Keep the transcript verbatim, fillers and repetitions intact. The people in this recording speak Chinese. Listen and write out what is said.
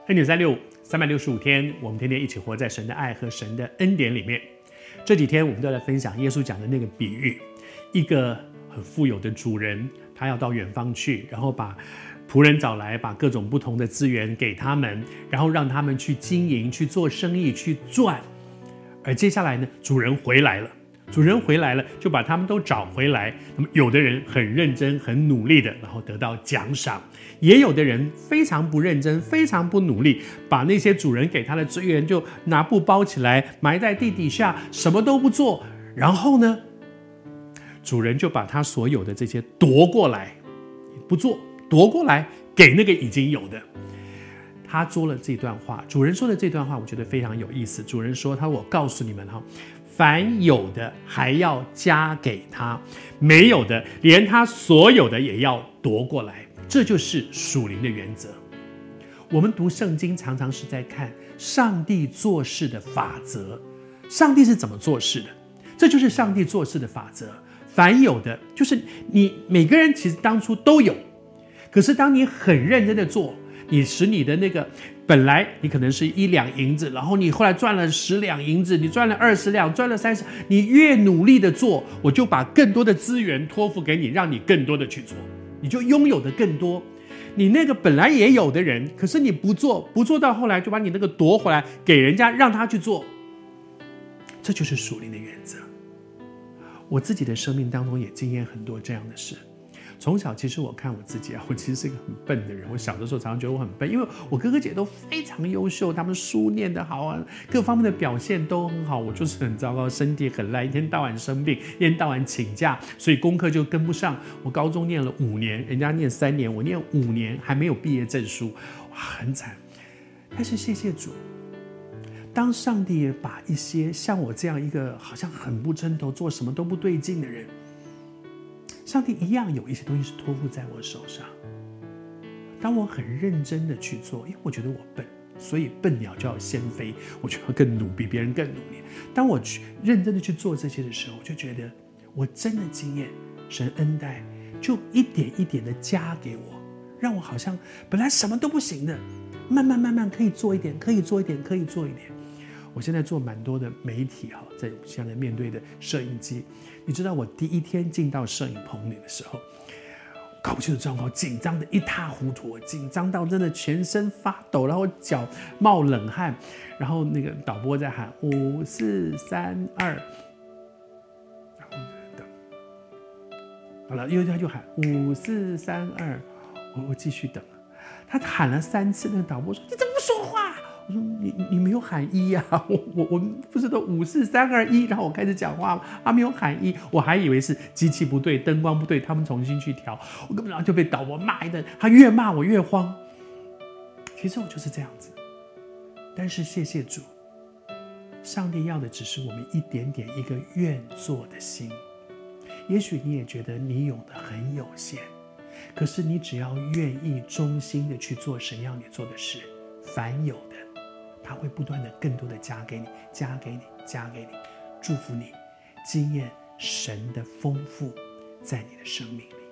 恩典三六五，三百六十五天，我们天天一起活在神的爱和神的恩典里面。这几天我们都来分享耶稣讲的那个比喻，一个很富有的主人，他要到远方去，然后把仆人找来，把各种不同的资源给他们，然后让他们去经营、去做生意、去赚。而接下来呢，主人回来了。主人回来了，就把他们都找回来。那么有的人很认真、很努力的，然后得到奖赏；也有的人非常不认真、非常不努力，把那些主人给他的资源就拿布包起来，埋在地底下，什么都不做。然后呢，主人就把他所有的这些夺过来，不做，夺过来给那个已经有的。他说了这段话，主人说的这段话，我觉得非常有意思。主人说：“他我告诉你们哈。”凡有的还要加给他，没有的连他所有的也要夺过来。这就是属灵的原则。我们读圣经常常是在看上帝做事的法则，上帝是怎么做事的，这就是上帝做事的法则。凡有的就是你每个人其实当初都有，可是当你很认真的做，你使你的那个本来你可能是一两银子，然后你后来赚了十两银子，你赚了二十两，赚了三十，你越努力的做，我就把更多的资源托付给你，让你更多的去做，你就拥有的更多。你那个本来也有的人，可是你不做，不做到后来就把你那个夺回来给人家，让他去做。这就是属灵的原则。我自己的生命当中也经验很多这样的事。从小其实我看我自己啊，我其实是一个很笨的人。我小的时候常常觉得我很笨，因为我哥哥姐都非常优秀，他们书念得好啊，各方面的表现都很好，我就是很糟糕，身体很烂，一天到晚生病，一天到晚请假，所以功课就跟不上。我高中念了五年，人家念三年，我念五年还没有毕业证书，哇，很惨。但是谢谢主，当上帝也把一些像我这样一个好像很不称头、做什么都不对劲的人，上帝一样有一些东西是托付在我手上。当我很认真的去做，因为我觉得我笨，所以笨鸟就要先飞，我就要更努，比别人更努力。当我去认真的去做这些的时候，我就觉得我真的经验神恩待，就一点一点的加给我，让我好像本来什么都不行的，慢慢慢慢可以做一点，可以做一点，可以做一点。我现在做蛮多的媒体，在现在面对的摄影机，你知道我第一天进到摄影棚里的时候，搞不清楚状况，紧张的一塌糊涂，紧张到真的全身发抖，然后脚冒冷汗，然后那个导播在喊五四三二，然后等，好了，又他就喊五四三二，我我继续等，他喊了三次，那个导播说你怎么不说话？我说你你没有喊一啊，我我我不是都五四三二一，然后我开始讲话，他没有喊一，我还以为是机器不对，灯光不对，他们重新去调，我根本上就被导播骂一顿，他越骂我越慌。其实我就是这样子，但是谢谢主，上帝要的只是我们一点点一个愿做的心。也许你也觉得你有的很有限，可是你只要愿意忠心的去做神要你做的事，凡有的他会不断的更多的加给你，加给你，加给你，祝福你经验神的丰富在你的生命里。